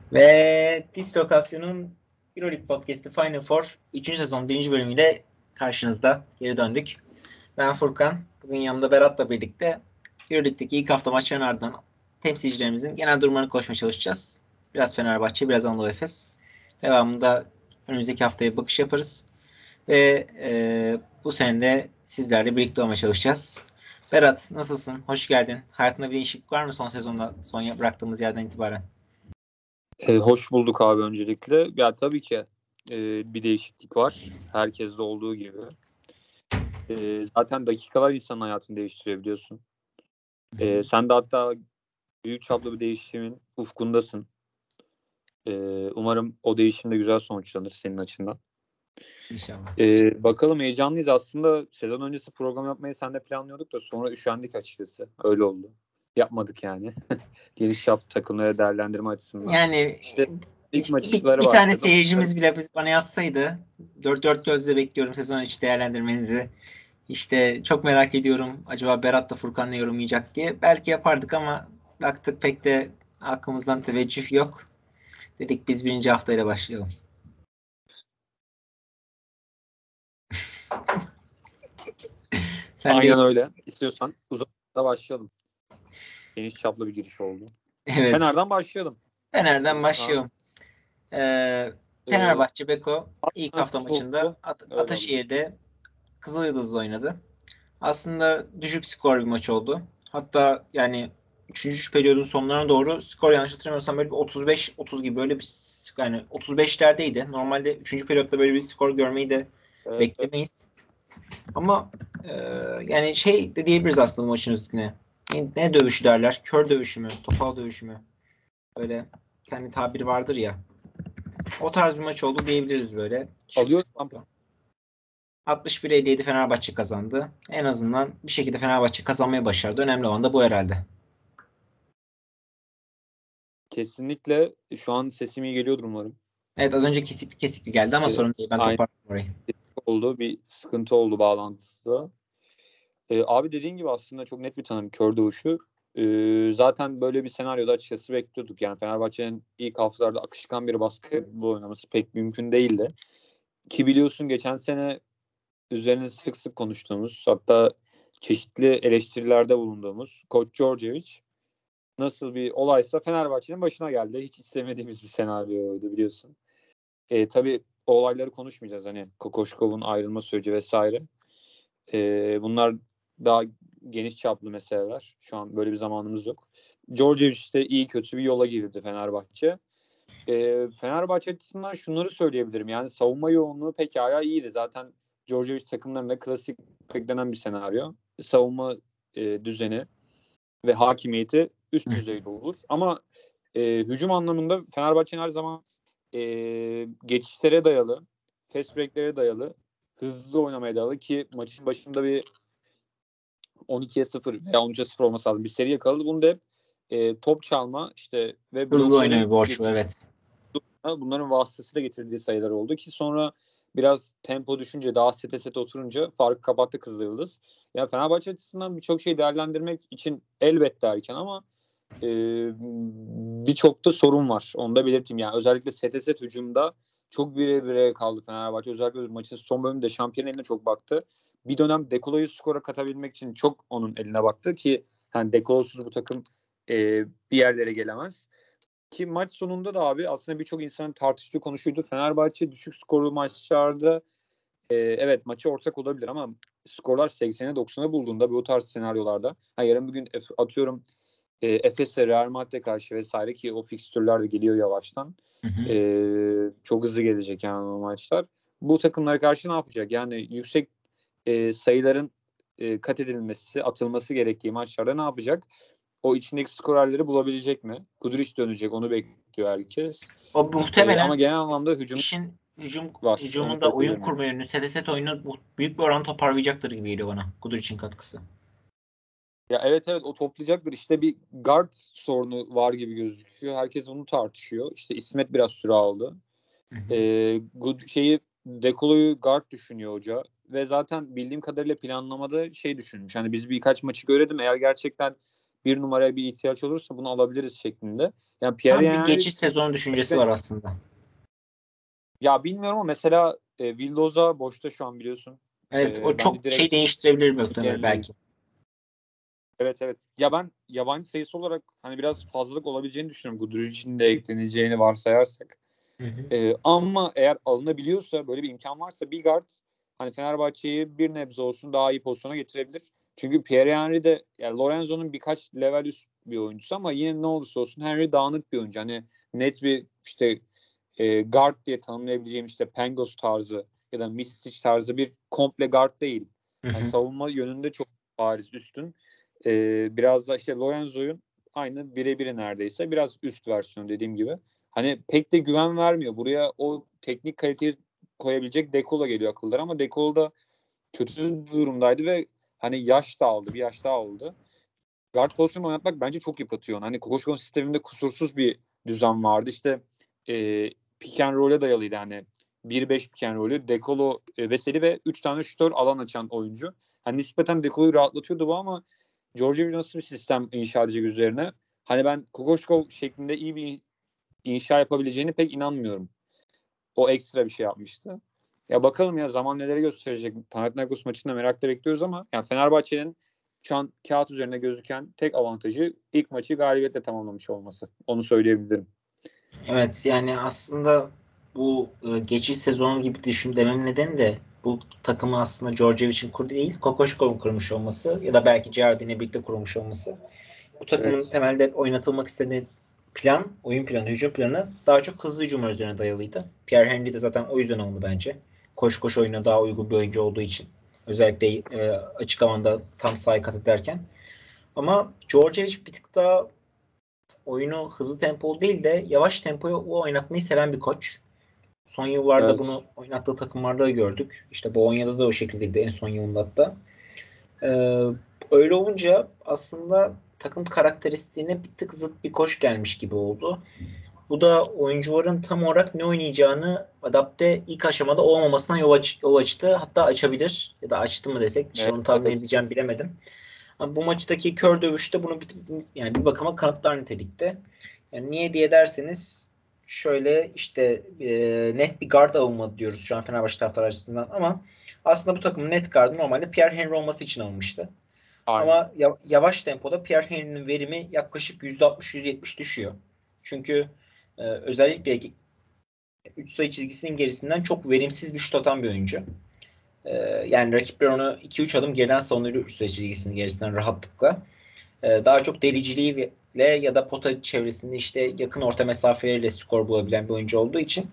Ve Dislokasyon'un Euroleague Podcast'ı Final Four 3. sezon 1. bölümüyle karşınızda geri döndük. Ben Furkan. Bugün yanımda Berat'la birlikte Euroleague'deki ilk hafta maçlarının ardından temsilcilerimizin genel durumlarını konuşmaya çalışacağız. Biraz Fenerbahçe, biraz Anadolu Efes. Devamında önümüzdeki haftaya bakış yaparız. Ve bu sene de sizlerle birlikte olmaya çalışacağız. Berat, nasılsın? Hoş geldin. Hayatında bir değişiklik var mı son sezonda, son bıraktığımız yerden itibaren? Hoş bulduk abi öncelikle. Ya tabii ki bir değişiklik var. Herkeste olduğu gibi. Zaten dakikalar insanın hayatını değiştirebiliyorsun. Sen de hatta büyük çaplı bir değişimin ufkundasın. Umarım o değişim de güzel sonuçlanır senin açından. İnşallah. Bakalım, heyecanlıyız. Aslında sezon öncesi program yapmayı seninle planlıyorduk da sonra üşendik açıkçası. Öyle oldu. Yapmadık yani. Geniş çap takımları değerlendirme açısından. Yani İşte ilk bir maçları tane başladı. seyircimiz bile bana yazsaydı dört gözle bekliyorum sezon içi değerlendirmenizi. İşte çok merak ediyorum acaba Berat da Furkan ne yorumlayacak diye. Belki yapardık ama baktık pek de aklımızdan teveccüh yok. Dedik biz birinci haftayla başlayalım. Aynen öyle. İstiyorsan uzakta başlayalım. Geniş çaplı bir giriş oldu. Evet. Fener'den başlayalım. Fener'den başlayalım. Fenerbahçe Beko ilk hafta maçında Ataşehir'de Kızılyıldız'la oynadı. Aslında düşük skor bir maç oldu. Hatta yani 3. periyodun sonlarına doğru skor yanlış hatırlamıyorsam böyle bir 35-30 gibi böyle bir yani 35'lerdeydi. Normalde 3. periyotta böyle bir skor görmeyi de beklemeyiz. Ama yani şey de diyebiliriz aslında bu maçın üstüne. Ne dövüşü derler? Kör dövüşü mü? Topal dövüşü mü? Böyle kendi tabiri vardır ya. O tarz bir maç oldu diyebiliriz böyle. Alıyor. 61-57 Fenerbahçe kazandı. En azından bir şekilde Fenerbahçe kazanmayı başardı. Önemli olan da bu herhalde. Kesinlikle. Şu an sesim iyi geliyordur umarım. Evet, az önce kesikli geldi ama sorun değil. Ben toparladım orayı. Oldu. Bir sıkıntı oldu bağlantıda. Abi dediğin gibi aslında çok net bir tanım kör dövüşü. Zaten böyle bir senaryoda açıkçası bekliyorduk. Yani Fenerbahçe'nin ilk haftalarda akışkan bir basketbol oynaması pek mümkün değildi. Ki biliyorsun geçen sene üzerine sık sık konuştuğumuz, hatta çeşitli eleştirilerde bulunduğumuz Koç Djordjevic nasıl bir olaysa Fenerbahçe'nin başına geldi. Hiç istemediğimiz bir senaryoydu biliyorsun. Tabii o olayları konuşmayacağız. Hani Kokoşkov'un ayrılma süreci vesaire. Bunlar daha geniş çaplı meseleler. Şu an böyle bir zamanımız yok. Djordjevic işte iyi kötü bir yola girdi Fenerbahçe. Fenerbahçe açısından şunları söyleyebilirim. Yani savunma yoğunluğu pekala iyiydi. Zaten Djordjevic takımlarında klasik beklenen bir senaryo. Savunma düzeni ve hakimiyeti üst düzeyde olur. Ama hücum anlamında Fenerbahçe'nin her zaman geçişlere dayalı, fast break'lere dayalı, hızlı oynamaya dayalı ki maçın başında bir 12'ye 0 veya 13'e 0 olması lazım. Bir seri yakaladı. Bunu da hep top çalma işte ve Hızlı oynamaya borçlu, evet. Bunların vasıtasıyla getirdiği sayılar oldu ki sonra biraz tempo düşünce daha sete oturunca farkı kapattı Kızılyıldız. Yani Fenerbahçe açısından birçok şey değerlendirmek için elbette erken ama birçok da sorun var. Onu da belirteyim. Yani özellikle set hücumda çok bire kaldı Fenerbahçe. Özellikle maçın son bölümünde şampiyonun eline çok baktı. Bir dönem Dekolo'yu skora katabilmek için çok onun eline baktı ki yani Dekolo'suz bu takım bir yerlere gelemez. Ki maç sonunda da abi aslında birçok insanın tartıştığı konuşuydu. Fenerbahçe düşük skorlu maçlarda evet maçı ortak olabilir ama skorlar 80'e 90'a bulduğunda bu tarz senaryolarda yarın bugün atıyorum Efes'e, Real Madrid'e karşı vesaire ki o fikstürler de geliyor yavaştan. Çok hızlı gelecek yani o maçlar. Bu takımlara karşı ne yapacak? Yani yüksek sayıların kat edilmesi, atılması gerektiği maçlarda ne yapacak? O içindeki skorerleri bulabilecek mi? Kuduric dönecek, onu bekliyor herkes. O muhtemelen ama genel anlamda hücumunda oyun kurma yönünü, set oyunu büyük bir oran toparlayacaktır gibi geliyor bana. Kuduric'in katkısı. Ya evet o toplayacaktır. İşte bir guard sorunu var gibi gözüküyor. Herkes bunu tartışıyor. İşte İsmet biraz süre aldı. Dekolo'yu guard düşünüyor hoca. Ve zaten bildiğim kadarıyla planlamada düşünmüş. Hani biz birkaç maçı görelim. Eğer gerçekten bir numaraya bir ihtiyaç olursa bunu alabiliriz şeklinde. Yani Tam Pierre bir Henry geçiş sezonu düşüncesi var aslında. ya bilmiyorum ama mesela Vildoza boşta şu an biliyorsun. Evet, o Bence çok şey direkt değiştirebilir muhtemelen yenilebilir. belki. Evet evet. Ya ben yabancı sayısı olarak hani biraz fazlalık olabileceğini düşünüyorum. Guduric'in de ekleneceğini varsayarsak. Hı hı. Ama eğer alınabiliyorsa böyle bir imkan varsa bir guard hani Fenerbahçe'yi bir nebze olsun daha iyi pozisyona getirebilir. Çünkü Pierre Henry de yani Lorenzo'nun birkaç level üst bir oyuncusu ama yine ne olursa olsun Henry dağınık bir oyuncu. Hani net bir işte guard diye tanımlayabileceğim işte Pangos tarzı ya da Misic tarzı bir komple guard değil. Hı Hani hı. savunma yönünde çok bariz üstün. Biraz da işte Lorenzo'nun aynı birebiri neredeyse. Biraz üst versiyon dediğim gibi. Hani pek de güven vermiyor. Buraya o teknik kaliteyi koyabilecek Dekolo geliyor akıllara ama Dekolo da kötü durumdaydı ve hani yaş da aldı. Bir yaş daha aldı. Guard pozisyonu oynatmak bence çok yıpratıyor. Hani Kokoşko'nun sisteminde kusursuz bir düzen vardı. İşte pick and roll'e dayalıydı hani. 1-5 pick and roll'ü. Dekolo, Veseli ve 3 tane şutör alan açan oyuncu. Hani nispeten Dekolo'yu rahatlatıyordu bu ama Georgiev nasıl bir sistem inşa edecek üzerine? Hani ben Kokoşkov şeklinde iyi bir inşa yapabileceğini pek inanmıyorum. O ekstra bir şey yapmıştı. Ya bakalım ya zaman neleri gösterecek. Panathinaikos maçında merakla bekliyoruz ama yani Fenerbahçe'nin şu an kağıt üzerine gözüken tek avantajı ilk maçı galibiyetle tamamlamış olması. Onu söyleyebilirim. Evet, yani aslında bu geçiş sezonu gibi düşün dememin nedeni de bu takımı aslında Djordjevic'in kurdu değil, Kokoşkov'un kurmuş olması ya da belki Giardini'yle birlikte kurmuş olması. Bu takımın Evet. temelde oynatılmak istediği plan, oyun planı, hücum planı daha çok hızlı hücumlar üzerine dayalıydı. Pierre Henry de zaten o yüzden alındı bence. Koş koş oyuna daha uygun bir oyuncu olduğu için. Özellikle açık alanda tam sahayı kat ederken. Ama Djordjevic bir tık daha oyunu hızlı tempolu değil de yavaş tempoyu o oynatmayı seven bir koç. Son yıllarda bunu Evet. oynattığı takımlarda da gördük. İşte Bolonya'da da o şekildeydi en son yılında hatta. Ee, öyle olunca aslında takım karakteristiğine bir tık zıt bir koç gelmiş gibi oldu. Bu da oyuncuların tam olarak ne oynayacağını adapte ilk aşamada olmamasına yol açtı. Hatta açabilir ya da açtı mı desek işte Evet. onu tahmin Evet. edeceğim bilemedim. Ama bu maçtaki kör dövüşte bunu yani bir bakıma kanıtlar nitelikte. Yani niye diye derseniz şöyle işte net bir guard alınmadı diyoruz şu an Fenerbahçe taraftarı açısından ama aslında bu takımın net gardı normalde Pierre Henry olması için alınmıştı. Aynen. Ama yavaş tempoda Pierre Henry'nin verimi yaklaşık %60-%70 düşüyor. Çünkü özellikle 3 sayı çizgisinin gerisinden çok verimsiz bir şut atan bir oyuncu. Yani rakipler onu 2-3 adım geriden savunuyor 3 sayı çizgisinin gerisinden rahatlıkla. Daha çok deliciliğiyle ya da pota çevresinde işte yakın orta mesafeleriyle skor bulabilen bir oyuncu olduğu için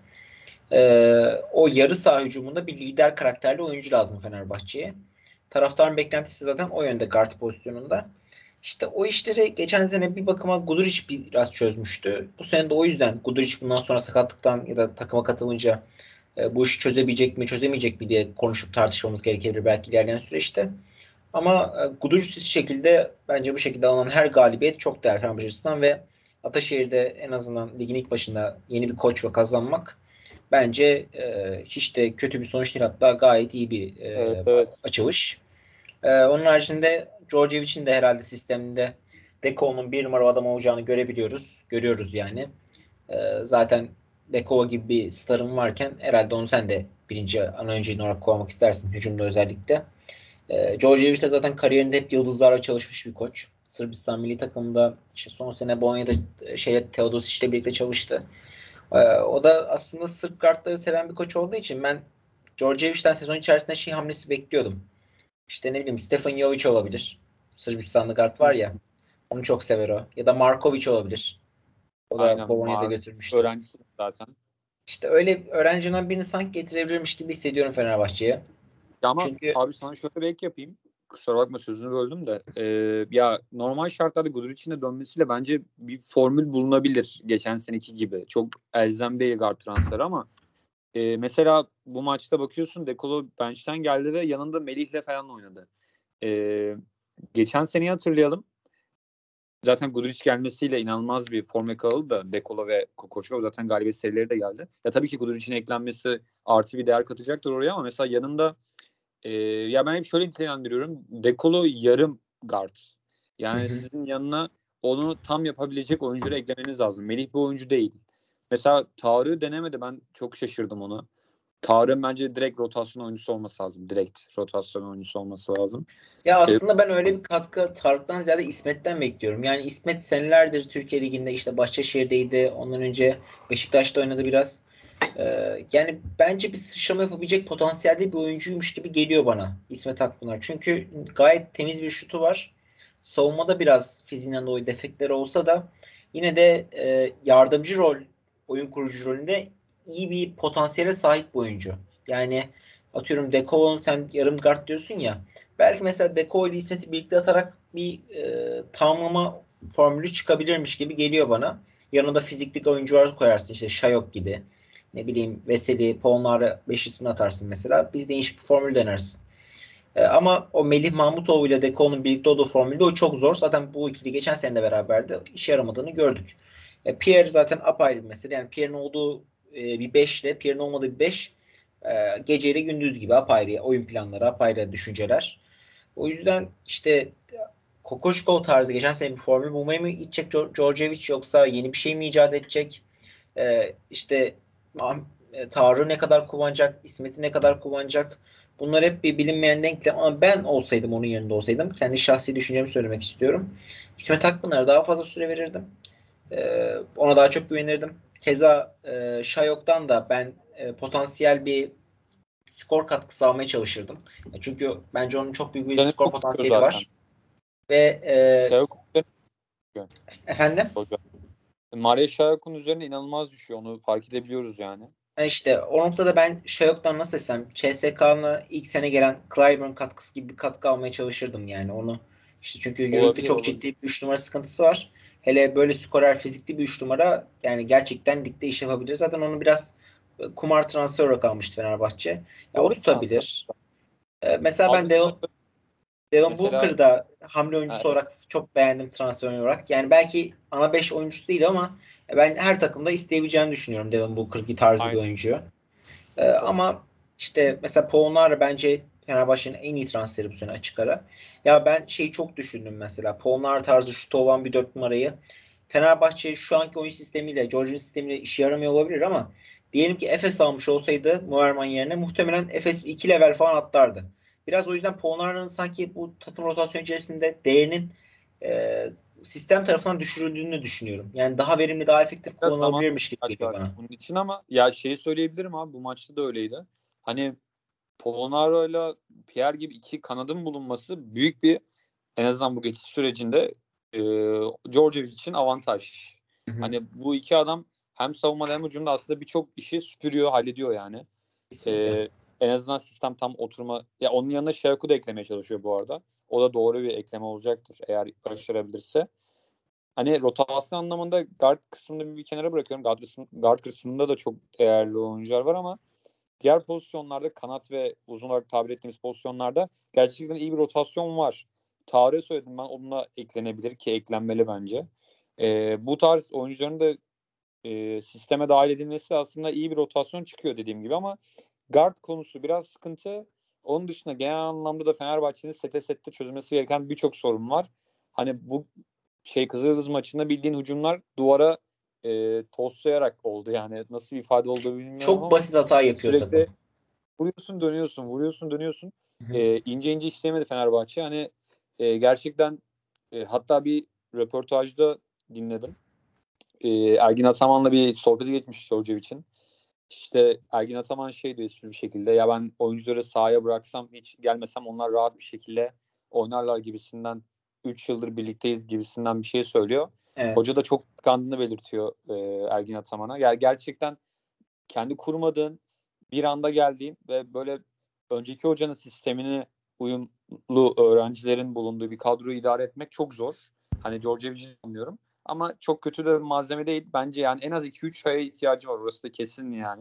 o yarı saha hücumunda bir lider karakterli oyuncu lazım Fenerbahçe'ye. Taraftarın beklentisi zaten o yönde guard pozisyonunda. İşte o işleri geçen sene bir bakıma Guduric biraz çözmüştü. Bu sene de o yüzden Guduric bundan sonra sakatlıktan ya da takıma katılınca bu işi çözebilecek mi çözemeyecek mi diye konuşup tartışmamız gerekebilir belki ilerleyen süreçte. Ama Guduric'siz şekilde bence bu şekilde alınan her galibiyet çok değerli Fenerbahçe açısından ve Ataşehir'de en azından ligin ilk başında yeni bir koç ve kazanmak bence hiç de kötü bir sonuç değil. Hatta gayet iyi bir Evet. Evet. açılış. Onun haricinde Djordjevic'in de herhalde sisteminde Deko'nun bir numara adam olacağını görebiliyoruz. Görüyoruz yani. Zaten Dekova gibi bir starın varken herhalde onu sen de birinci ana önceliğin olarak koymak istersin hücumda özellikle. Djordjevic de zaten kariyerinde hep yıldızlarla çalışmış bir koç. Sırbistan milli takımında işte son sene Bolonya'da Teodosic'le birlikte çalıştı. O da aslında Sırp kartları seven bir koç olduğu için ben Djordjevic'den sezon içerisinde şey hamlesi bekliyordum. İşte ne bileyim Stefan Jovic olabilir. Sırbistanlı guard var ya. Onu çok sever o. Ya da Markovic olabilir. O da Aynen. Bolonya'da götürmüştü. Öğrencisi zaten. İşte öyle öğrenciden birini sanki getirebilirmiş gibi hissediyorum Fenerbahçe'ye. Ya ama Çünkü abi sana şöyle bir ek yapayım. Kusura bakma sözünü böldüm de. Ya normal şartlarda Guduric'in de dönmesiyle bence bir formül bulunabilir. Geçen seneki gibi. Çok elzem değil guard transferi ama mesela bu maçta bakıyorsun Dekolo bench'ten geldi ve yanında Melih'le falan oynadı. E, Geçen seneyi hatırlayalım. Zaten Guduric gelmesiyle inanılmaz bir form yakaladı da Dekolo ve Kokoşkov zaten galibiyet serileri de geldi. Ya tabii ki Guduric'in eklenmesi artı bir değer katacaktır oraya ama mesela yanında ya ben hep şöyle nitelendiriyorum. Dekolo yarım guard. Yani sizin yanına onu tam yapabilecek oyuncuları eklemeniz lazım. Melih bir oyuncu değil. Mesela Tarık'ı denemedi. Ben çok şaşırdım ona. Tarık'ın bence direkt rotasyon oyuncusu olması lazım. Direkt rotasyon oyuncusu olması lazım. Ya aslında ben öyle bir katkı Tarık'tan ziyade İsmet'ten bekliyorum. Yani İsmet senelerdir Türkiye Ligi'nde işte Başakşehir'deydi. Ondan önce Beşiktaş'ta oynadı biraz. Yani bence bir sıçrama yapabilecek potansiyelde bir oyuncuymuş gibi geliyor bana İsmet Akpınar. Çünkü gayet temiz bir şutu var. Savunmada biraz fiziğinden dolayı defekleri olsa da yine de yardımcı rol, oyun kurucu rolünde iyi bir potansiyele sahip bir oyuncu. Yani atıyorum Deko'nun sen yarım guard diyorsun ya. Belki mesela Deko ile İsmet'i birlikte atarak bir tamamlama formülü çıkabilirmiş gibi geliyor bana. Yanına da fizikli oyuncular koyarsın işte Şayok gibi. Ne bileyim Veseli, Polnar'ı beşlisini atarsın mesela. Bir değişik bir formül denersin. Ama o Melih Mahmutoğlu ile Deko'nun birlikte olduğu formülde o çok zor. Zaten bu ikili geçen sene de beraberdi. İşe yaramadığını gördük. Pierre zaten apayrı bir mesele. Yani Pierre'in olduğu bir 5 ile Pierre'in olmadığı bir 5 geceyle gündüz gibi apayrı oyun planları, apayrı düşünceler. O yüzden işte Kokoşkov tarzı geçen sene bir formül bulmaya mı gidecek Djordjevic yoksa yeni bir şey mi icat edecek? İşte Tarık'ı ne kadar kullanacak, İsmet'i ne kadar kullanacak? Bunlar hep bir bilinmeyen denklem ama ben olsaydım onun yerinde olsaydım kendi şahsi düşüncemi söylemek istiyorum. İsmet Akpınar'a daha fazla süre verirdim. Ona daha çok güvenirdim. Keza Şayok'tan da ben potansiyel bir skor katkısı almaya çalışırdım. Çünkü bence onun çok büyük bir Üzerine skor çok tutuyor potansiyeli zaten. var. Ve Şayok üzerine tutuyor efendim hocam. Maria Şayok'un üzerine inanılmaz düşüyor. Onu fark edebiliyoruz yani. işte o noktada ben Şayok'tan nasıl desem CSK'na ilk sene gelen Clyburn katkısı gibi bir katkı almaya çalışırdım yani onu. İşte çünkü Euroleague'de Olabilir çok olabilir. ciddi bir 3 numara sıkıntısı var. Hele böyle skorer fizikli bir 3 numara yani gerçekten ligde iş yapabilir. Zaten onu biraz kumar transfer olarak almıştı Fenerbahçe. Ya o Doğru transfer. tutabilir. Mesela ben Aldıysa Devin mesela Booker'ı da hamle oyuncusu evet, olarak çok beğendim transfer olarak. Yani belki ana 5 oyuncusu değil ama ben her takımda isteyebileceğini düşünüyorum Devin Booker tarzı bir aynı oyuncuyu. katılıyorum. Ama işte mesela Polonara bence Fenerbahçe'nin en iyi transferi bu sene açık ara. Ya ben şeyi çok düşündüm mesela. Polonara tarzı şutu olan bir 4 numarayı Fenerbahçe şu anki oyun sistemiyle, Georgian sistemiyle işe yaramıyor olabilir ama diyelim ki Efes almış olsaydı Muerman yerine muhtemelen Efes 2 level falan atlardı. Biraz o yüzden Polonara'nın sanki bu takım rotasyon içerisinde değerinin e, sistem tarafından düşürüldüğünü düşünüyorum. Yani daha verimli, daha efektif Biraz zaman kullanılabilirmiş gibi ihtiyaç geliyor var bana. bunun için ama ya şeyi söyleyebilirim abi bu maçta da öyleydi. Hani Polonara ile Pierre gibi iki kanadın bulunması büyük bir en azından bu geçiş sürecinde e, Djordjevic için avantaj. Hı hı. Hani bu iki adam hem savunmada hem hücumda aslında birçok işi süpürüyor, hallediyor yani. Kesinlikle. E, En azından sistem tam oturma. Ya onun yanına Şevku da eklemeye çalışıyor bu arada. O da doğru bir ekleme olacaktır eğer başarabilirse. Hani rotasyon anlamında guard kısmını bir kenara bırakıyorum. Guard kısmında da çok değerli oyuncular var ama diğer pozisyonlarda kanat ve uzun olarak tabir ettiğimiz pozisyonlarda gerçekten iyi bir rotasyon var. Tarık'ı söyledim ben onunla eklenebilir ki eklenmeli bence. Bu tarz oyuncuların da sisteme dahil edilmesi aslında iyi bir rotasyon çıkıyor dediğim gibi ama guard konusu biraz sıkıntı. Onun dışında genel anlamda da Fenerbahçe'nin sette çözülmesi gereken birçok sorun var. Hani bu Kızıldız maçında bildiğin hücumlar duvara toslayarak oldu. Yani nasıl bir ifade olduğu bilmiyorum Çok ama basit hata yapıyor sürekli takım. vuruyorsun dönüyorsun, vuruyorsun dönüyorsun. Hı hı. İnce ince işlemedi Fenerbahçe. Hani gerçekten hatta bir röportajda dinledim. Ergin Ataman'la bir sohbeti geçmiş Sorcevic'in. İşte Ergin Ataman şey diyor esprili bir şekilde ya ben oyuncuları sahaya bıraksam hiç gelmesem onlar rahat bir şekilde oynarlar gibisinden 3 yıldır birlikteyiz gibisinden bir şey söylüyor. Hoca Evet. da çok tıkandığını belirtiyor Ergin Ataman'a. Yani gerçekten kendi kurmadığın bir anda geldiğin ve böyle önceki hocanın sistemine uyumlu öğrencilerin bulunduğu bir kadroyu idare etmek çok zor. Hani Djordjevic'i anlıyorum. Ama çok kötü de bir malzeme değil. Bence yani en az 2-3 aya ihtiyacı var. Orası da kesin yani.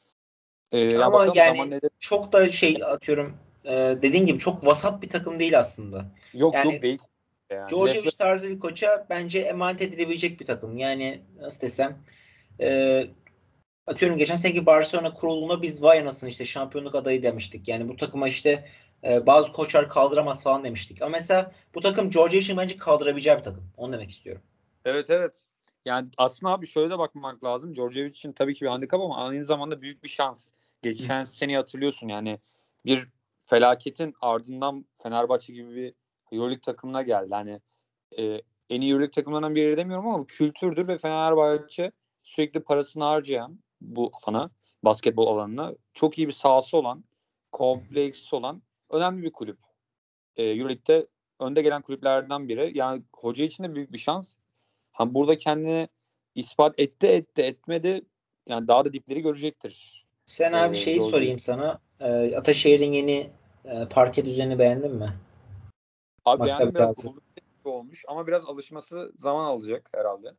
Ya Ama bakalım zaman yani nedir? çok da şey atıyorum dediğin gibi çok vasat bir takım değil aslında. Yok yok Yani değil. Yani hedefler Djordjevic tarzı bir koça bence emanet edilebilecek bir takım. Yani nasıl desem e, atıyorum geçen seneki Barcelona kuruluna biz vay anasını işte şampiyonluk adayı demiştik. Yani bu takıma işte Bazı koçlar kaldıramaz falan demiştik. Ama mesela bu takım Djordjevic'in bence kaldırabileceği bir takım. Onu demek istiyorum. Evet, evet. Yani aslında abi şöyle de bakmak lazım. Djordjevic için tabii ki bir handikap ama aynı zamanda büyük bir şans. Hı. Geçen seneyi hatırlıyorsun yani bir felaketin ardından Fenerbahçe gibi bir EuroLeague takımına geldi. Hani en iyi EuroLeague takımlarından biri demiyorum ama bu kültürdür ve Fenerbahçe sürekli parasını harcayan bu alana, basketbol alanına çok iyi bir sahası olan, kompleksi olan önemli bir kulüp. EuroLeague'de önde gelen kulüplerden biri. Yani hoca için de büyük bir şans. Ha burada kendini ispat etti etmedi. Yani daha da dipleri görecektir. Sen abi şeyi George. sorayım sana. Ataşehir'in yeni parke düzenini beğendin mi? Abi Maccabi beğendim, biraz Gazi. Golden State gibi olmuş ama biraz alışması zaman alacak herhalde.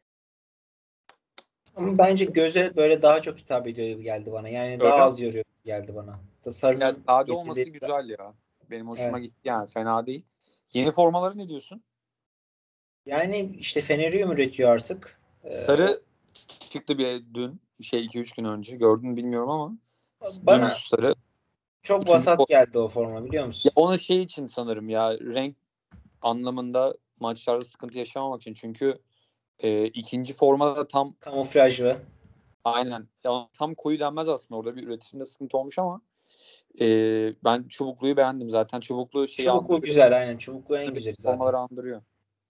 Ama bence göze böyle daha çok hitap ediyor gibi geldi bana. Yani daha Öyle mi? az yoruyor gibi geldi bana. Ya Tasarımın sade getirdiği. olması güzel ya. Benim hoşuma Evet. gitti yani, fena değil. Yeni formaları ne diyorsun? Yani işte Feneryum üretiyor artık. O Sarı çıktı bir dün, şey 2-3 gün önce. Gördün mü bilmiyorum ama dümdüz bana sarı. çok İkinci vasat geldi o forma biliyor ya musun? ona şey için sanırım ya, renk anlamında maçlarda sıkıntı yaşamamak için. Çünkü ikinci formada tam Kamuflajlı. aynen. Ya, tam koyu denmez aslında. Orada bir üretimde sıkıntı olmuş ama ben çubukluyu beğendim. Zaten çubuklu şeyi Çubuklu andırıyor. güzel aynen. Çubuklu en Bir güzeli zaten. formaları andırıyor.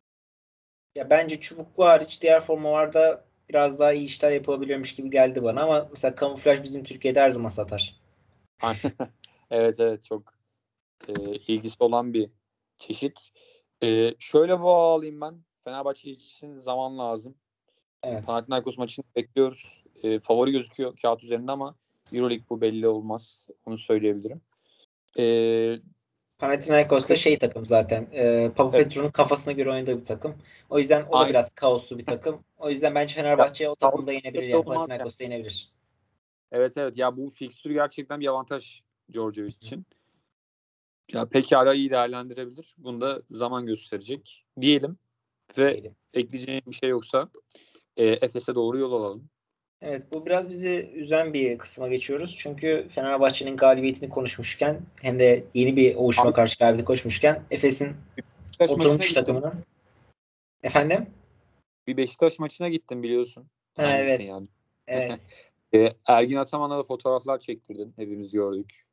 Ya bence çubuklu hariç diğer formalarda biraz daha iyi işler yapılabilirmiş gibi geldi bana ama mesela kamuflaj bizim Türkiye'de her zaman satar. Aynen. Evet, evet, çok ilgisi olan bir çeşit. Şöyle bağlayayım ben. Fenerbahçe için zaman lazım. Evet. Panathinaikos maçını bekliyoruz. Favori gözüküyor kağıt üzerinde ama Euroleague bu, belli olmaz. Onu söyleyebilirim. E, Panathinaikos da kış, şey takım zaten. Papa evet, Petru'nun kafasına göre oynadığı bir takım. O yüzden o da aynı. biraz kaoslu bir takım. O yüzden bence Ya, Fenerbahçe o takımı da kaos yenebilir belli yani. olmaz yani. Panathinaikos da yenebilir. Evet, evet, ya bu fikstür gerçekten bir avantaj Djordjevic için. Ya pekala iyi değerlendirebilir. Bunu da zaman gösterecek diyelim ve Diyelim. ekleyeceğim bir şey yoksa Efes'e doğru yol alalım. Evet bu biraz bizi üzen bir kısma geçiyoruz. Çünkü Fenerbahçe'nin galibiyetini konuşmuşken hem de yeni bir oluşuma Abi karşı galibiyeti koşmuşken Efes'in Beşiktaş maçına oturmuş gittim. takımının efendim? Bir Beşiktaş maçına gittim, biliyorsun. Ha, Sen gittin evet. yani. Evet. Ergin Ataman'la da fotoğraflar çektirdin. Hepimiz gördük.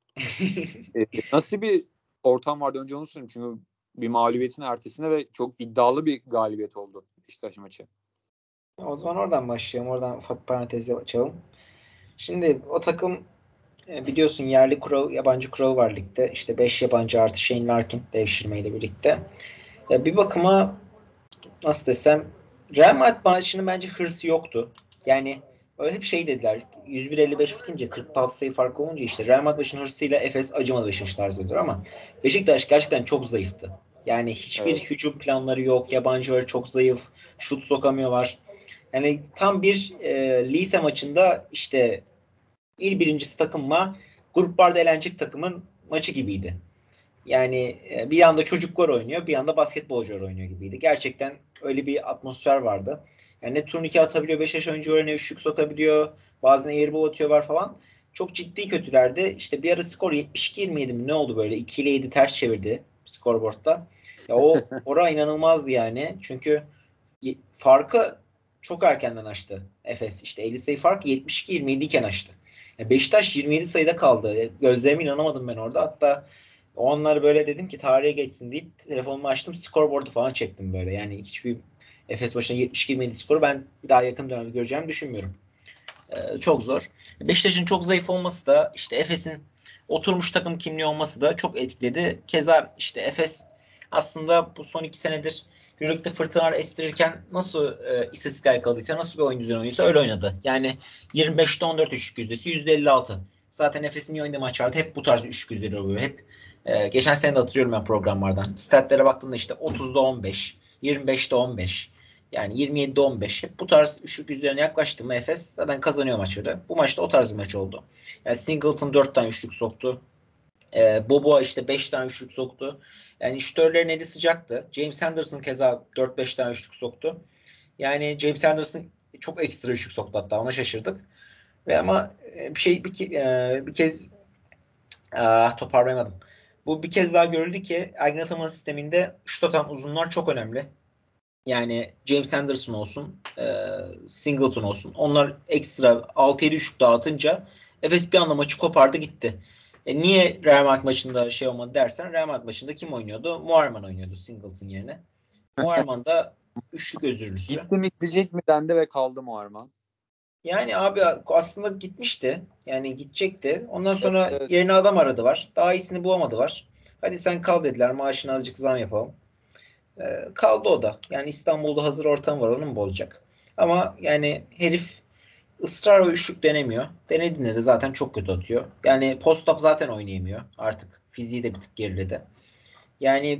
Nasıl bir ortam vardı, önce onu sorayım. Çünkü bir mağlubiyetin ertesine ve çok iddialı bir galibiyet oldu Beşiktaş maçı. O zaman oradan başlayalım. Oradan ufak parantezle açalım. Şimdi o takım biliyorsun yerli kurağı, yabancı kurağı var ligde. İşte 5 yabancı artı Shane Larkin devşirmeyle birlikte. Bir bakıma nasıl desem Real Madrid maçının bence hırsı yoktu. Yani öyle bir şey dediler. 101-55 bitince 46 sayı fark olunca işte Real Madrid maçının hırsıyla Efes acımadı Beşiktaş tarzı dediler ama Beşiktaş gerçekten çok zayıftı. Yani hiçbir Evet. hücum planları yok. Yabancıları çok zayıf. Şut sokamıyorlar. Yani tam bir lise maçında işte il birincisi takımla gruplarda elenecek takımın maçı gibiydi. Yani bir yanda çocuklar oynuyor, bir yanda basketbolcular oynuyor gibiydi. Gerçekten öyle bir atmosfer vardı. Yani ne turnike atabiliyor, 5 yaş oyuncu ne üçlük sokabiliyor, bazen airball atıyorlar falan. Çok ciddi kötülerdi. İşte bir ara skor 72-27 mi ne oldu böyle? 2 ile 7 ters çevirdi skorboardta. Ya o ora inanılmazdı yani. Çünkü farkı çok erkenden açtı Efes. İşte 50 sayı fark 72-27 iken açtı. Beşiktaş 27 sayıda kaldı. Gözlerime inanamadım ben orada. Hatta o anlar böyle dedim ki tarihe geçsin deyip telefonumu açtım. Scoreboard'u falan çektim böyle. Yani hiçbir Efes başına 72-27 skoru ben bir daha yakın dönemde göreceğimi düşünmüyorum. Çok zor. Beşiktaş'ın çok zayıf olması da işte Efes'in oturmuş takım kimliği olması da çok etkiledi. Keza işte Efes aslında bu son 2 senedir Euroleague'de fırtınalar estirirken nasıl istatistikler yakaladıysa, nasıl bir oyun düzeni oynuyorsa öyle oynadı. Yani 25'te 14 üçlük yüzdesi %56. Zaten Efes'in iyi oynadığı maçlarda hep bu tarz üçlük yüzdeleri oluyor. Hep geçen sene de hatırlıyorum ben programlardan. Statlara baktığımda işte 30'da 15, 25'te 15. Yani 27'de 15. Hep bu tarz üçlük üzerine yaklaştı mı Efes zaten kazanıyor maçları. Bu maçta o tarz bir maç oldu. Yani Singleton 4 tane üçlük soktu. Boboa işte 5 tane üçlük soktu. Yani şütörlerin eli sıcaktı. James Henderson keza 4-5 tane üçlük soktu. Yani James Henderson çok ekstra üçlük soktu hatta ona şaşırdık. Ve ama bir kez toparlayamadım. Bu bir kez daha görüldü ki Ergin Ataman sisteminde şut atan uzunlar çok önemli. Yani James Anderson olsun, Singleton olsun. Onlar ekstra 6-7 şut dağıtınca Efes bir anda maçı kopardı gitti. Niye Real Madrid maçında şey olmadı dersen, Real Madrid maçında kim oynuyordu? Muharrem oynuyordu Singleton yerine. Muharrem da üçlük özürlüsü. Gitti mi gidecek mi dendi ve kaldı Muharrem. Yani abi aslında gitmişti. Yani gidecekti. Ondan sonra Evet. yerine adam aradı var. Daha iyisini bulamadı var. Hadi sen kal dediler. Maaşını azıcık zam yapalım. Kaldı o da. Yani İstanbul'da hazır ortam var. Onu mu bozacak? Ama yani herif ısrar ve üçlük denemiyor. Denediğinde de zaten çok kötü atıyor. Yani post-up zaten oynayamıyor. Artık fiziği de bir tık geriledi. Yani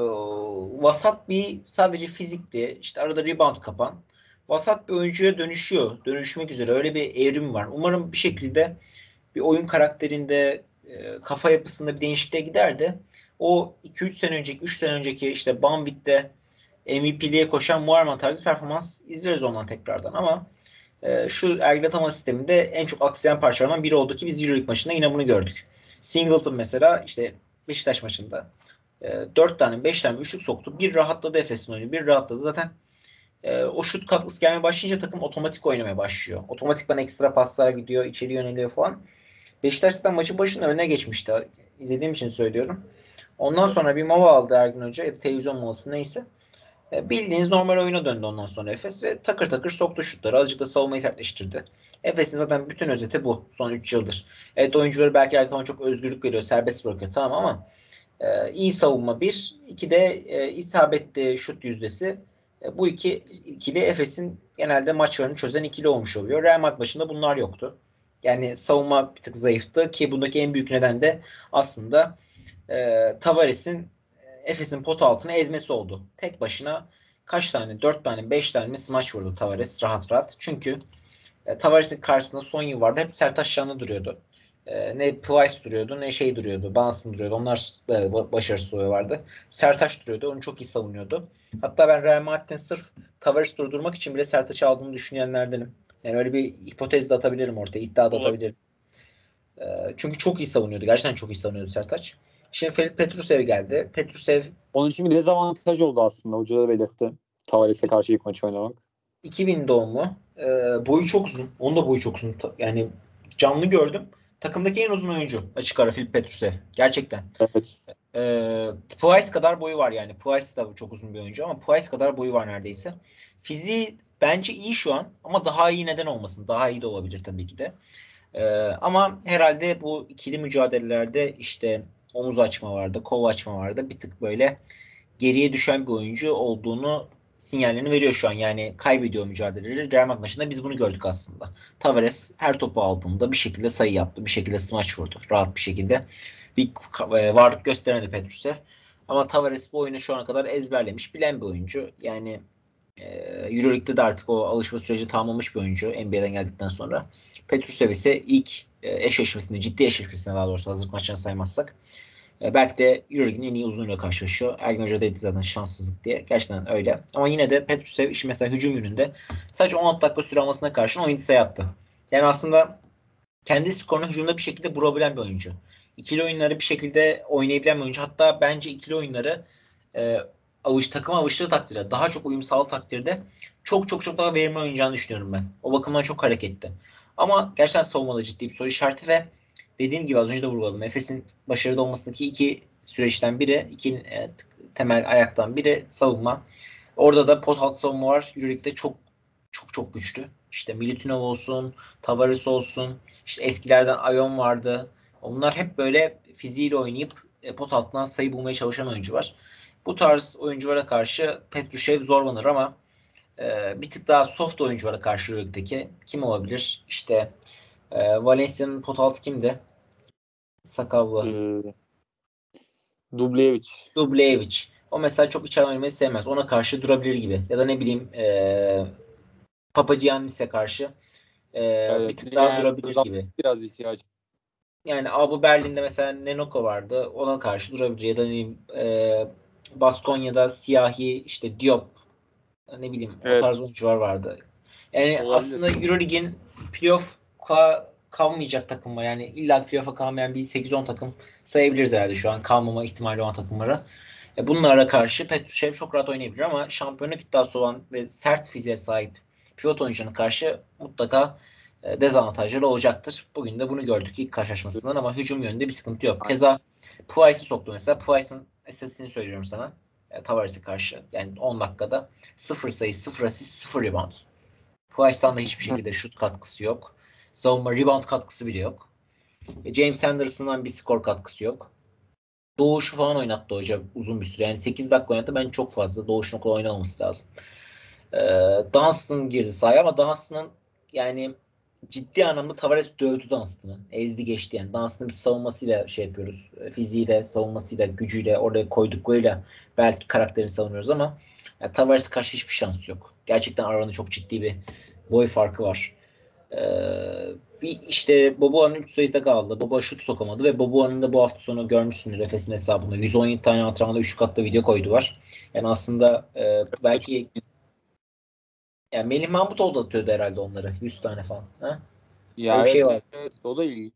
vasat bir sadece fizikti. İşte arada rebound kapan. Vasat bir oyuncuya dönüşüyor. Dönüşmek üzere. Öyle bir evrim var. Umarım bir şekilde bir oyun karakterinde kafa yapısında bir değişikliğe gider de o 2-3 sene önceki 3 sene önceki işte Bambit'te MVP'liğe koşan Muharrem tarzı performans izleriz ondan tekrardan ama şu Ergin Ataman sisteminde en çok aksayan parçalardan biri oldu ki biz Euroleague maçında yine bunu gördük. Singleton mesela işte Beşiktaş maçında 4 tane 5 tane üçlük soktu. Bir rahatladı Efes'in oyunu. Bir rahatladı. Zaten o şut katkısı gelmeye başlayınca takım otomatik oynamaya başlıyor. Otomatikman ekstra paslara gidiyor. İçeri yöneliyor falan. Beşiktaş zaten maçın başında öne geçmişti. İzlediğim için söylüyorum. Ondan sonra bir mola aldı Ergin Hoca ya da televizyon molası neyse. Bildiğiniz normal oyuna döndü ondan sonra Efes ve takır takır soktu şutları. Azıcık da savunmayı sertleştirdi. Efes'in zaten bütün özeti bu son 3 yıldır. Evet oyuncuları belki her zaman çok özgürlük veriyor, serbest bırakıyor tamam ama iyi savunma bir. İki de isabetli şut yüzdesi. Bu ikili Efes'in genelde maçlarını çözen ikili olmuş oluyor. Real Madrid maçında bunlar yoktu. Yani savunma bir tık zayıftı ki bundaki en büyük neden de aslında Tavares'in Efes'in pot altına ezmesi oldu. Tek başına kaç tane? 4 tane, 5 tane mi smaç vurdu Tavares rahat rahat. Çünkü Tavares'in karşısında son yıllarda hep Sertaç Şanlı duruyordu. Ne Plyce duruyordu ne şey duruyordu. Bunsen duruyordu. Onlar da başarısız vardı. Sertaç duruyordu. Onu çok iyi savunuyordu. Hatta ben Real Madrid'in sırf Tavares'i durdurmak için bile Sertaç'ı aldığını düşünenlerdenim. Yani öyle bir hipotez de atabilirim ortaya. İddia da atabilirim. Çünkü çok iyi savunuyordu. Gerçekten çok iyi savunuyordu Sertaç. Şimdi Ferit Petrusev geldi. Petrusev Onun için bir dezavantaj oldu aslında. Hoca da belirtti. Tavares'e karşı ilk maçı oynamak. 2000 doğumlu. Boyu çok uzun. Onun da boyu çok uzun. Yani canlı gördüm. Takımdaki en uzun oyuncu. Açık ara Filip Petrusev. Gerçekten. Evet. Pryce kadar boyu var yani. Pryce da çok uzun bir oyuncu ama Pryce kadar boyu var neredeyse. Fiziği bence iyi şu an ama daha iyi neden olmasın? Daha iyi de olabilir tabii ki de. Ama herhalde bu ikili mücadelelerde işte omuz açma vardı, kol açma vardı. Bir tık böyle geriye düşen bir oyuncu olduğunu sinyallerini veriyor şu an. Yani kaybediyor mücadeleleri. Real Madrid maçında biz bunu gördük aslında. Tavares her topu aldığında bir şekilde sayı yaptı. Bir şekilde smaç vurdu. Rahat bir şekilde. Bir varlık gösteremedi Petrus'e. Ama Tavares bu oyunu şu ana kadar ezberlemiş, bilen bir oyuncu. Yani Euroleague'de de artık o alışma süreci tamamlamış bir oyuncu NBA'den geldikten sonra. Petrus'e ise ilk eşleşmesinde, ciddi eşleşmesinde daha doğrusu hazırlık maçlarını saymazsak belki de Euroleague'in en iyi uzunuyla karşılaşıyor. Ergin Hoca dedi zaten şanssızlık diye. Gerçekten öyle. Ama yine de Petrus'ev işi mesela hücum yönünde sadece 16 dakika süre almasına karşın 17 sayı attı. Yani aslında kendi skorunu hücumda bir şekilde vurabilen bir oyuncu. İkili oyunları bir şekilde oynayabilen bir oyuncu. Hatta bence ikili oyunları e, takım avuçluğu takdirde daha çok uyum sağlı takdirde çok çok çok daha verimli oynayacağını düşünüyorum ben. O bakımdan çok hareketli. Ama gerçekten savunmada ciddi bir soru işareti ve dediğim gibi az önce de vurguladım. Efes'in başarılı olmasındaki iki süreçten biri, iki temel ayaktan biri savunma. Orada da pot altı savunma var. Euroleague'de çok çok çok güçlü. İşte Milutinov olsun, Tavares olsun, işte eskilerden Ayon vardı. Onlar hep böyle fiziğiyle oynayıp pot altından sayı bulmaya çalışan oyuncular. Bu tarz oyunculara karşı Petrushev zorlanır ama bir tık daha soft oyunculara karşı Euroleague'deki kim olabilir? İşte Valencia'nın pot altı kimdi? Sakallı. Dubljevic. Dubljevic. O mesela çok içeri oynamayı sevmez. Ona karşı durabilir gibi. Ya da ne bileyim Papagiannis'e karşı bir Evet. tık daha durabilir Zam gibi. biraz ihtiyacı. Yani Abu Berlin'de mesela Nenoko vardı. Ona karşı durabilir. Ya da ne bileyim Baskonya'da Siyahi işte Diop ne bileyim o Evet. tarz oyuncular vardı. Yani aslında Olabilir. Euroleague'in playoff'a kalmayacak takım var. Yani illa playoff'a kalmayan bir 8-10 takım sayabiliriz herhalde şu an kalmama ihtimali olan takımları. Bunlara karşı Petrushev çok rahat oynayabilir ama şampiyonluk iddiası olan ve sert fiziğe sahip pivot oyuncuna karşı mutlaka dezavantajları olacaktır. Bugün de bunu gördük ilk karşılaşmasından ama hücum yönünde bir sıkıntı yok. Keza Pryce'ı soktu mesela. Pryce'ın istatistiğini söylüyorum sana. Tavares'e karşı. Yani 10 dakikada 0 sayı, 0 asist, 0 rebound. Pryce'tan da hiçbir şekilde şut katkısı yok. Savunma rebound katkısı bile yok. James Anderson'dan bir skor katkısı yok. Doğuş'u falan oynattı hoca uzun bir süre. Yani 8 dakika oynattı. Ben çok fazla. Doğuş'un o kadar oynamaması lazım. Dunstan girdi sahaya ama Dunstan'ın yani ciddi anlamda Tavares dövdü Dunstan'ı. Ezdi geçti yani. Dunstan'ın bir savunmasıyla şey yapıyoruz. Fiziğiyle, savunmasıyla, gücüyle, oraya koyduklarıyla belki karakterini savunuyoruz ama yani Tavares'e karşı hiçbir şans yok. Gerçekten aralarında çok ciddi bir boy farkı var. Bir işte Boboa'nın 3 sayıda kaldı. Boboa şut sokamadı ve Boboa'nın da bu hafta sonu görmüşsündür Efes'in hesabında. 117 tane antrenmanda 3 katta video koydu var. Yani aslında belki yani Melih Mahmutoğlu da atıyordu herhalde onları. 100 tane falan. Ha? Öyle Ya bir şey evet, var. evet, o da ilginç.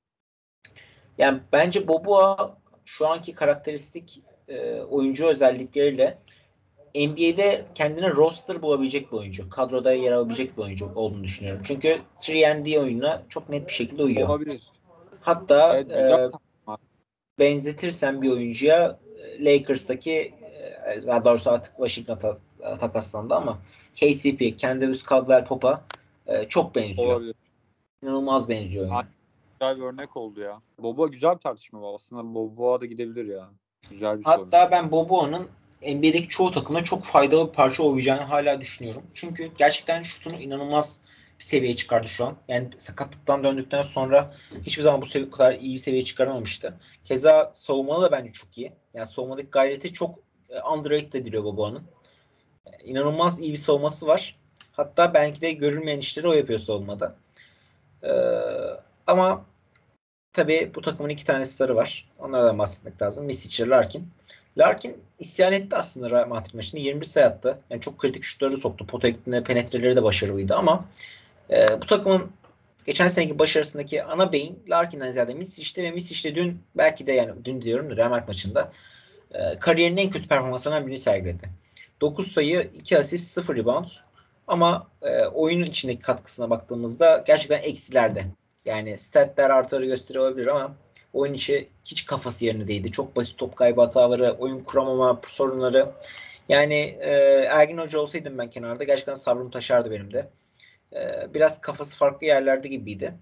Yani bence Boboa şu anki karakteristik oyuncu özellikleriyle NBA'de kendine roster bulabilecek bir oyuncu. Kadroda yer alabilecek bir oyuncu olduğunu düşünüyorum. Çünkü 3&D oyununa çok net bir şekilde uyuyor. Olabilir. Hatta Evet, güzel takım. benzetirsen bir oyuncuya Lakers'taki daha doğrusu artık Washington'a takaslandı ama KCP, Kentavious Caldwell-Pope'a çok benziyor. Olabilir. İnanılmaz benziyor oyunu. Güzel bir örnek oldu ya. Boba güzel bir tartışma bu aslında. Boba da gidebilir ya. Güzel bir soru. Hatta ben Boboa'nın NBA'deki çoğu takımda çok faydalı bir parça olabileceğini hala düşünüyorum. Çünkü gerçekten şutunu inanılmaz bir seviyeye çıkardı şu an. Yani sakatlıktan döndükten sonra hiçbir zaman bu kadar iyi bir seviyeye çıkaramamıştı. Keza savunmalı da bence çok iyi. Yani savunmadaki gayreti çok underrated ediliyor Boboa'nın. İnanılmaz iyi bir savunması var. Hatta belki de görülmeyen işleri o yapıyor savunmada. Ee, ama tabii bu takımın iki tane starı var. Onlardan bahsetmek lazım. Misic ile Larkin. Larkin isyan etti aslında Real Madrid maçında. 21 sayı attı. Yani çok kritik şutları soktu. Pota ektiğinde penetreleri de başarılıydı ama bu takımın geçen seneki başarısındaki ana beyin Larkin'den ziyade Misic'te ve Misic de dün belki de yani dün diyorum da Real Madrid maçında kariyerinin en kötü performanslarından birini sergiledi. 9 sayı, 2 asist, 0 rebound. Ama oyunun içindeki katkısına baktığımızda gerçekten eksilerde. Yani statler artarı gösteriyor olabilir ama oyun içi hiç kafası yerine değildi. Çok basit top kaybı hataları, oyun kuramama sorunları. Yani Ergin Hoca olsaydım ben kenarda gerçekten sabrım taşardı benim de. Biraz kafası farklı yerlerde gibiydi.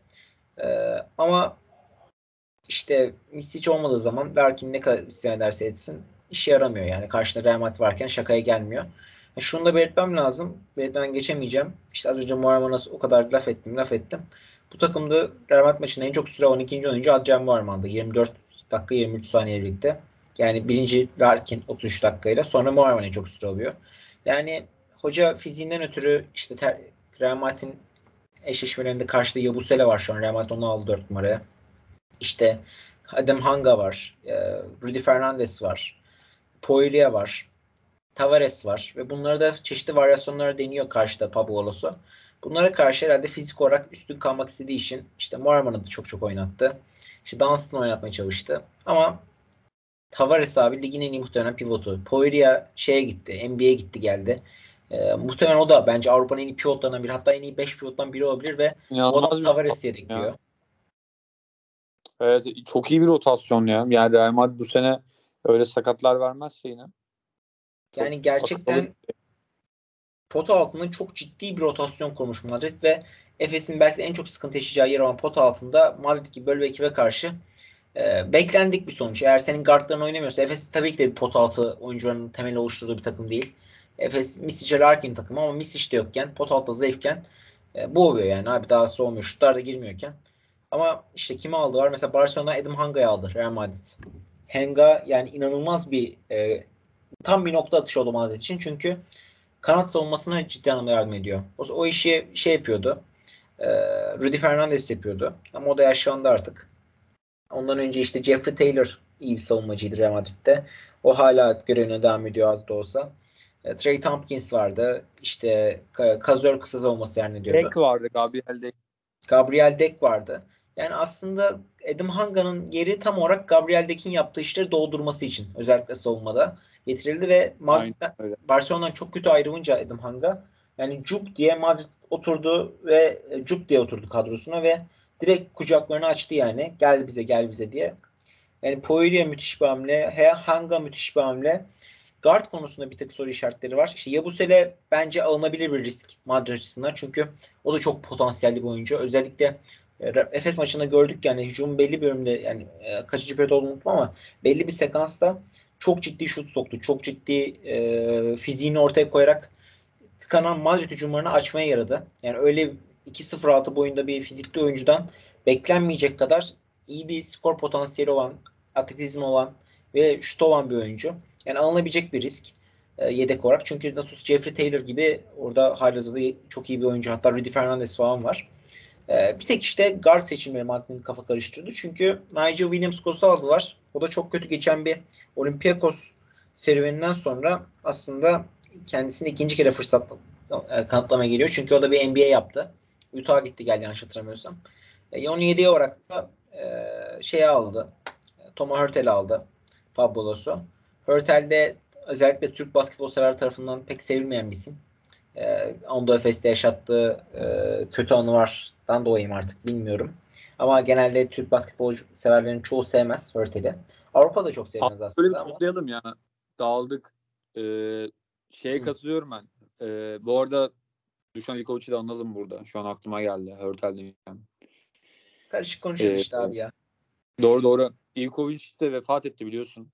Ama işte Misic olmadığı zaman Larkin ne kadar isyan ederse etsin işe yaramıyor yani. Karşında Real Madrid varken şakaya gelmiyor. Şunu da belirtmem lazım. Belirtmeden geçemeyeceğim. İşte az önce Muharrem'a o kadar laf ettim. Bu takımda Real Madrid maçında en çok süre 12. oyuncu Adrian Muharrem'dı. 24 dakika 23 saniye birlikte. Yani birinci Larkin 33 dakikayla sonra Muharrem en çok süre alıyor. Yani hoca fiziğinden ötürü işte Real Madrid'in eşleşmelerinde karşıda Yabusele var şu an. Real Madrid onu aldı 4 numaraya. İşte Adem Hanga var. Rudy Fernandez var. Poirier var. Tavares var. Ve bunları da çeşitli varyasyonlara deniyor karşıda Pablo Laso. Bunlara karşı herhalde fizik olarak üstün kalmak istediği için işte Moerman'ı da çok oynattı. İşte Dunstan'ı oynatmaya çalıştı. Ama Tavares abi ligin en iyi muhtemelen pivotu. Poirier şeye gitti. NBA'ye gitti geldi. Muhtemelen o da bence Avrupa'nın en iyi pivotlarından biri. Hatta en iyi 5 pivottan biri olabilir ve bu adam İnanılmaz bir Tavares'i rotasyon yedekliyor. ya. Evet, çok iyi bir rotasyon ya. Yani Real Madrid bu sene öyle sakatlar vermezse yine çok Yani akıllı. gerçekten pota altında çok ciddi bir rotasyon kurmuş Madrid ve Efes'in belki de en çok sıkıntı yaşayacağı yer olan pota altında Madrid gibi böyle bir ekibe karşı beklendik bir sonuç. Eğer senin guardların oynamıyorsa Efes tabii ki de bir pota altı oyuncularının temeli oluşturduğu bir takım değil. Efes Misic Larkin takımı ama Misic de yokken pota altta zayıfken bu oluyor yani abi daha olmuyor. Şutlar da girmiyorken. Ama işte kimi aldı var? Mesela Barcelona Adam Hanga'yı aldı Real Madrid. Hanga yani inanılmaz bir tam bir nokta atışı oldu Madrid için. Çünkü kanat savunmasına ciddi anlamda yardım ediyor. O işi şey yapıyordu. Rudy Fernandez yapıyordu. Ama o da yaşlandı artık. Ondan önce işte Jeffrey Taylor iyi bir savunmacıydı Real Madrid'de. O hala görevine devam ediyor az da olsa. Trey Tompkins vardı. İşte Kazor kısa savunması yani diyordu. Dek vardı, Gabriel Dek. Gabriel Deck vardı. Yani aslında Adam Hanga'nın yeri tam olarak Gabriel Deck'in yaptığı işleri doldurması için özellikle savunmada getirildi ve Aynen Madrid'den öyle. Barcelona'dan çok kötü ayrılınca Adam Hanga yani cuk diye Madrid oturdu ve cuk diye oturdu kadrosuna ve direkt kucaklarını açtı yani. Gel bize gel bize diye. Yani Poirier müthiş bir hamle. Hanga müthiş bir hamle. Guard konusunda bir tık soru işaretleri var. İşte Yabusele bence alınabilir bir risk Madrid açısından. Çünkü o da çok potansiyelli bir oyuncu. Özellikle Efes maçında gördük yani hücumun belli bir bölümde yani kaçıncı periyot olduğunu unuttum ama belli bir sekansta çok ciddi şut soktu. Çok ciddi fiziğini ortaya koyarak tıkanan Madrid hücumlarını açmaya yaradı. Yani öyle 2.06 boyunda bir fizikli oyuncudan beklenmeyecek kadar iyi bir skor potansiyeli olan, atletizm olan ve şut olan bir oyuncu. Yani alınabilecek bir risk yedek olarak. Çünkü Nasus Jeffrey Taylor gibi orada halihazırda çok iyi bir oyuncu. Hatta Rudy Fernandez falan var. Bir tek işte guard seçimleri Madrid'in kafa karıştırdı. Çünkü Nigel Williams-Goss'u aldılar. O da çok kötü geçen bir Olympiakos serüveninden sonra aslında kendisini ikinci kere fırsat kanıtlamaya geliyor. Çünkü o da bir NBA yaptı. Utah'a gitti geldi yanlış hatırlamıyorsam. Onu 7 olarak da şeyi aldı. Toma Hurtel'i aldı. Pablo Lasso. Hurtel de özellikle Türk basketbol sever tarafından pek sevilmeyen bir isim. Anadolu Efes'te yaşattığı kötü anılardan dolayı mı artık bilmiyorum. Ama genelde Türk basketbol severlerin çoğu sevmez Hurtel'i. Avrupa'da çok Abi sevmez böyle bir aslında ama. toplayalım ya. Dağıldık. Şeye Hı. katılıyorum ben. Bu arada Dušan Ivković'i de anladım burada. Şu an aklıma geldi. Hurtel demişken. Karışık konuşuyoruz Ee, işte abi ya. doğru doğru. Ivković de vefat etti biliyorsun.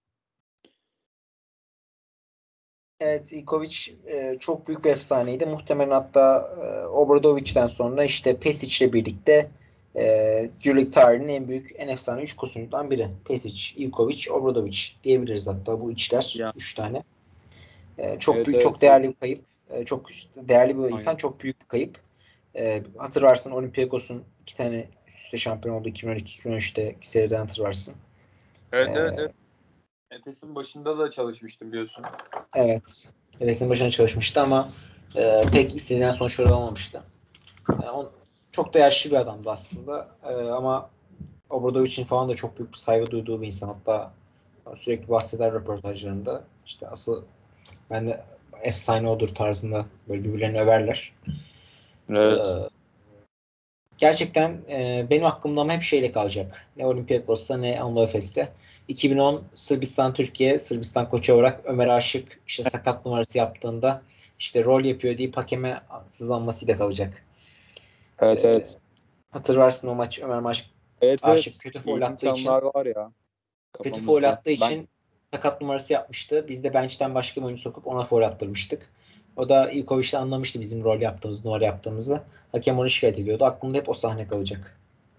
Evet, Ikovic çok büyük bir efsaneydi. Muhtemelen hatta Obradovic'den sonra işte Pesic'le birlikte Euroleague tarihinin en büyük, en efsane 3 koşusundan biri. Pesic, Ivkovic, Obradovic diyebiliriz hatta bu içler. Ya 3 tane. Çok evet büyük, evet çok çok değerli bir kayıp. Çok değerli bir aynen. insan, çok büyük bir kayıp. Hatırlarsın Olympiakos'un 2 tane üst üste şampiyon olduğu 2012-2013'teki seriden hatırlarsın. Evet evet E, evet. Efes'in başında da çalışmıştım biliyorsun. evet. Heves'in başına çalışmıştı ama pek istediğinden sonuçlar alamamıştı. Çok da yaşlı bir adamdı aslında. Ama Obradovic'in falan da çok büyük bir saygı duyduğu bir insan. Hatta sürekli bahseder röportajlarında. İşte asıl ben de efsane odur tarzında böyle birbirlerini överler. Evet. Ee, Gerçekten benim aklımda ama hep şeyle kalacak. Ne Olympiakos'ta ne Anadolu Efes'te. 2010 Sırbistan Türkiye, Sırbistan koçu olarak Ömer Aşık işte sakat numarası yaptığında işte rol yapıyor deyip hakeme sızlanmasıyla kalacak. Evet Ee, evet. Hatırlarsın o maç Ömer Evet Aşık evet. kötü foul attığı İlginç için anılar var ya kötü foul kafamızda. attığı Ben için sakat numarası yapmıştı. Biz de bench'ten başka bir oyuncu sokup ona foul attırmıştık. O da Ivkovic'le anlamıştı bizim rol yaptığımız, numara yaptığımızı. Hakem onu şikayet ediyordu. Aklımda hep o sahne kalacak.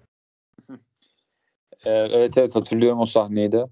evet evet hatırlıyorum o sahneyi de.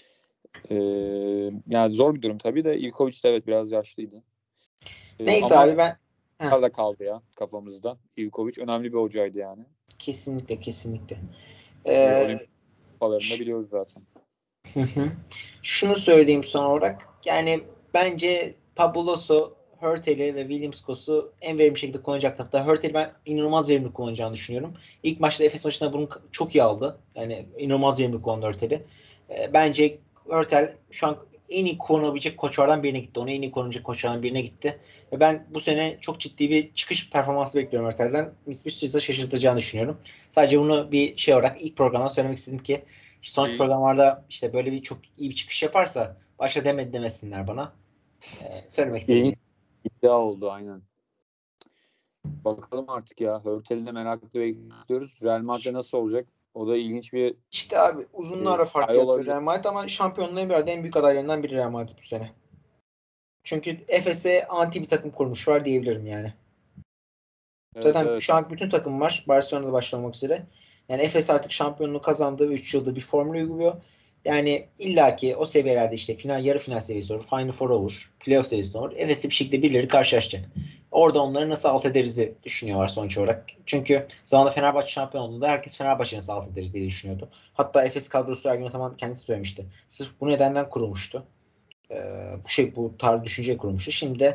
Yani zor bir durum tabii de Ivković de evet biraz yaşlıydı. Neyse Ama abi ben heh, da kaldı ya kafamızda. Ivković önemli bir hocaydı yani. kesinlikle kesinlikle. Olimpik Ee, kupalarını da ş- biliyoruz zaten. hı hı. Şunu söyleyeyim son olarak. Yani bence Pablo Lasso, Hurtel'i ve Williams-Goss'u en verimli şekilde kullanacak. Hatta Hurtel'i ben inanılmaz verimli kullanacağını düşünüyorum. İlk maçta Efes maçında bunu çok iyi aldı. Yani inanılmaz verimli kullandı Hurtel'i. Bence Hurtel şu an en iyi kullanabilecek koçlardan birine gitti. Onu en iyi kullanabilecek koçlardan birine gitti. Ve ben bu sene çok ciddi bir çıkış performansı bekliyorum Hurtel'den. Bir sürü şaşırtacağını düşünüyorum. Sadece bunu bir şey olarak ilk programda söylemek istedim ki sonraki İyi, programlarda işte böyle bir çok iyi bir çıkış yaparsa başka demedi demesinler bana. Söylemek İlginç istediğim. iddia oldu aynen. Bakalım artık ya. Hurtel'i de merakla bekliyoruz. Real Madrid nasıl olacak? O da ilginç bir İşte abi uzunlara fark hikaye yaratıyor olabilir. Real Madrid ama şampiyonluğu bir en büyük adaylarından biri Real Madrid bu sene. Çünkü Efes'e anti bir takım kurmuşlar diyebilirim yani. Evet Zaten evet. şu an bütün takım var. Barcelona'da başta olmak üzere. Yani Efes artık şampiyonluğu kazandığı 3 yıldır bir formül uyguluyor. Yani illaki o seviyelerde işte final, yarı final seviyesi olur, Final Four olur, playoff seviyesi olur. Efes'le bir şekilde birileri karşılaşacak. Orada onları nasıl alt ederiz düşünüyorlar sonuç olarak. Çünkü zamanında Fenerbahçe şampiyon olduğunda herkes Fenerbahçe'yi nasıl alt ederiz diye düşünüyordu. Hatta Efes kadrosu Ergin Ataman kendisi söylemişti. Sırf bu nedenden kurulmuştu. Bu tarz düşünce kurulmuştu. Şimdi de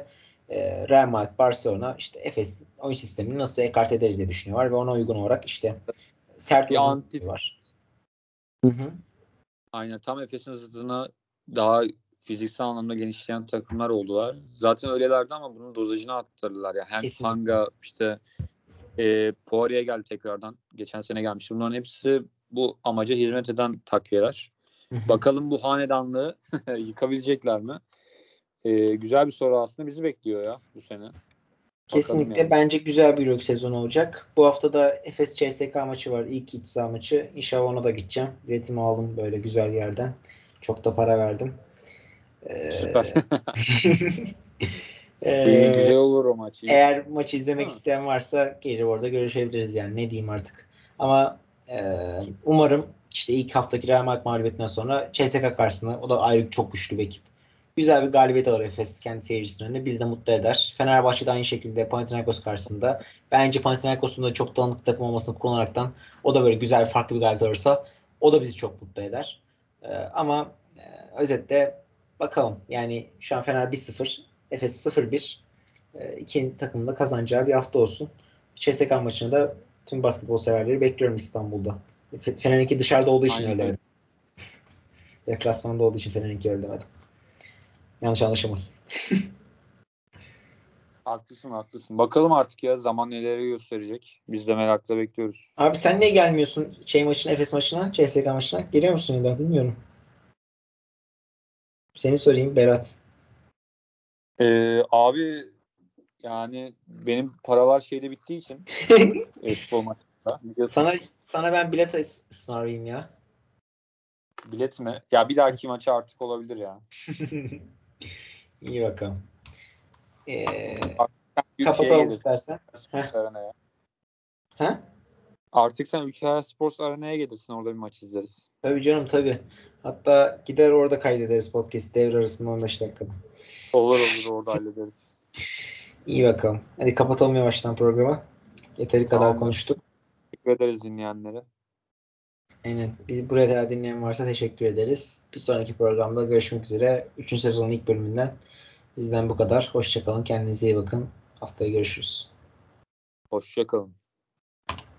Real Madrid, Barcelona işte Efes oyun sistemini nasıl ekarte ederiz diye düşünüyorlar ve ona uygun olarak işte sert Bir uzun anti var. Hı. aynen tam Efes'in zıttına daha fiziksel anlamda genişleyen takımlar oldular. Zaten öylelerdi ama bunun dozajını arttırdılar ya. Hem Kesinlikle. Hanga işte Poirier geldi tekrardan. Geçen sene gelmişti. Bunların hepsi bu amaca hizmet eden takviyeler. Bakalım bu hanedanlığı yıkabilecekler mi? Güzel bir soru aslında bizi bekliyor ya bu sene. Kesinlikle Yani. bence güzel bir Euroleague sezonu olacak. Bu hafta da Efes CSKA maçı var. İlk iç saha maçı. İnşallah ona da gideceğim. Biletimi aldım böyle güzel yerden. Çok da para verdim. Süper. Ee, Güzel olur o maç. Eğer maçı izlemek Ha. isteyen varsa gelir orada görüşebiliriz yani. Ne diyeyim artık. Ama umarım işte ilk haftaki Real Madrid mağlubiyetinden sonra CSKA karşısında o da ayrı çok güçlü bir ekip. Güzel bir galibiyet alır Efes kendi seyircisinin önünde. Bizi de mutlu eder. Fenerbahçe de aynı şekilde Panathinaikos karşısında. Bence Panathinaikos'un da çok dağınık takım olmasını kullanaraktan o da böyle güzel farklı bir galibiyet alırsa o da bizi çok mutlu eder. Ama özetle bakalım. Yani şu an Fener 1-0, Efes 0-1. İki takımın da kazanacağı bir hafta olsun. CSKA maçını da tüm basketbol severleri bekliyorum İstanbul'da. Fener'inki dışarıda olduğu için Aynen öyle öyle. demedim. Deplasmanda olduğu için Fener'inki öyle demedim. Yanlış anlaşılmasın. Haklısın. Bakalım artık ya zaman neleri gösterecek. Biz de merakla bekliyoruz. Abi sen niye gelmiyorsun maçına, Efes maçına, CSKA maçına? Geliyor musun ya da bilmiyorum. Seni sorayım Berat. Abi yani benim paralar şeyde bittiği için futbol maçında biliyorsun. Sana ben bilet ısmarlayayım ya. Bilet mi? Ya bir dahaki maça artık olabilir ya. İyi bakalım. Artık sen Ülke'ye Kapatalım gelirsin. istersen. Heh. Sports Arena'ya. Ha? Artık sen Ülker Sports Arena'ya gelirsin. Orada bir maç izleriz. Tabii canım tabii. Hatta gider orada kaydederiz podcast devre arasında 15 dakikada. Olur orada hallederiz. İyi bakalım. Hadi kapatalım yavaştan programı. Yeteri kadar Tamamdır. konuştuk. Teşekkür ederiz dinleyenlere. Aynen. Biz buraya kadar dinleyen varsa teşekkür ederiz. Bir sonraki programda görüşmek üzere. 3. sezonun ilk bölümünden bizden bu kadar. Hoşçakalın. Kendinize iyi bakın. Haftaya görüşürüz. Hoşça kalın.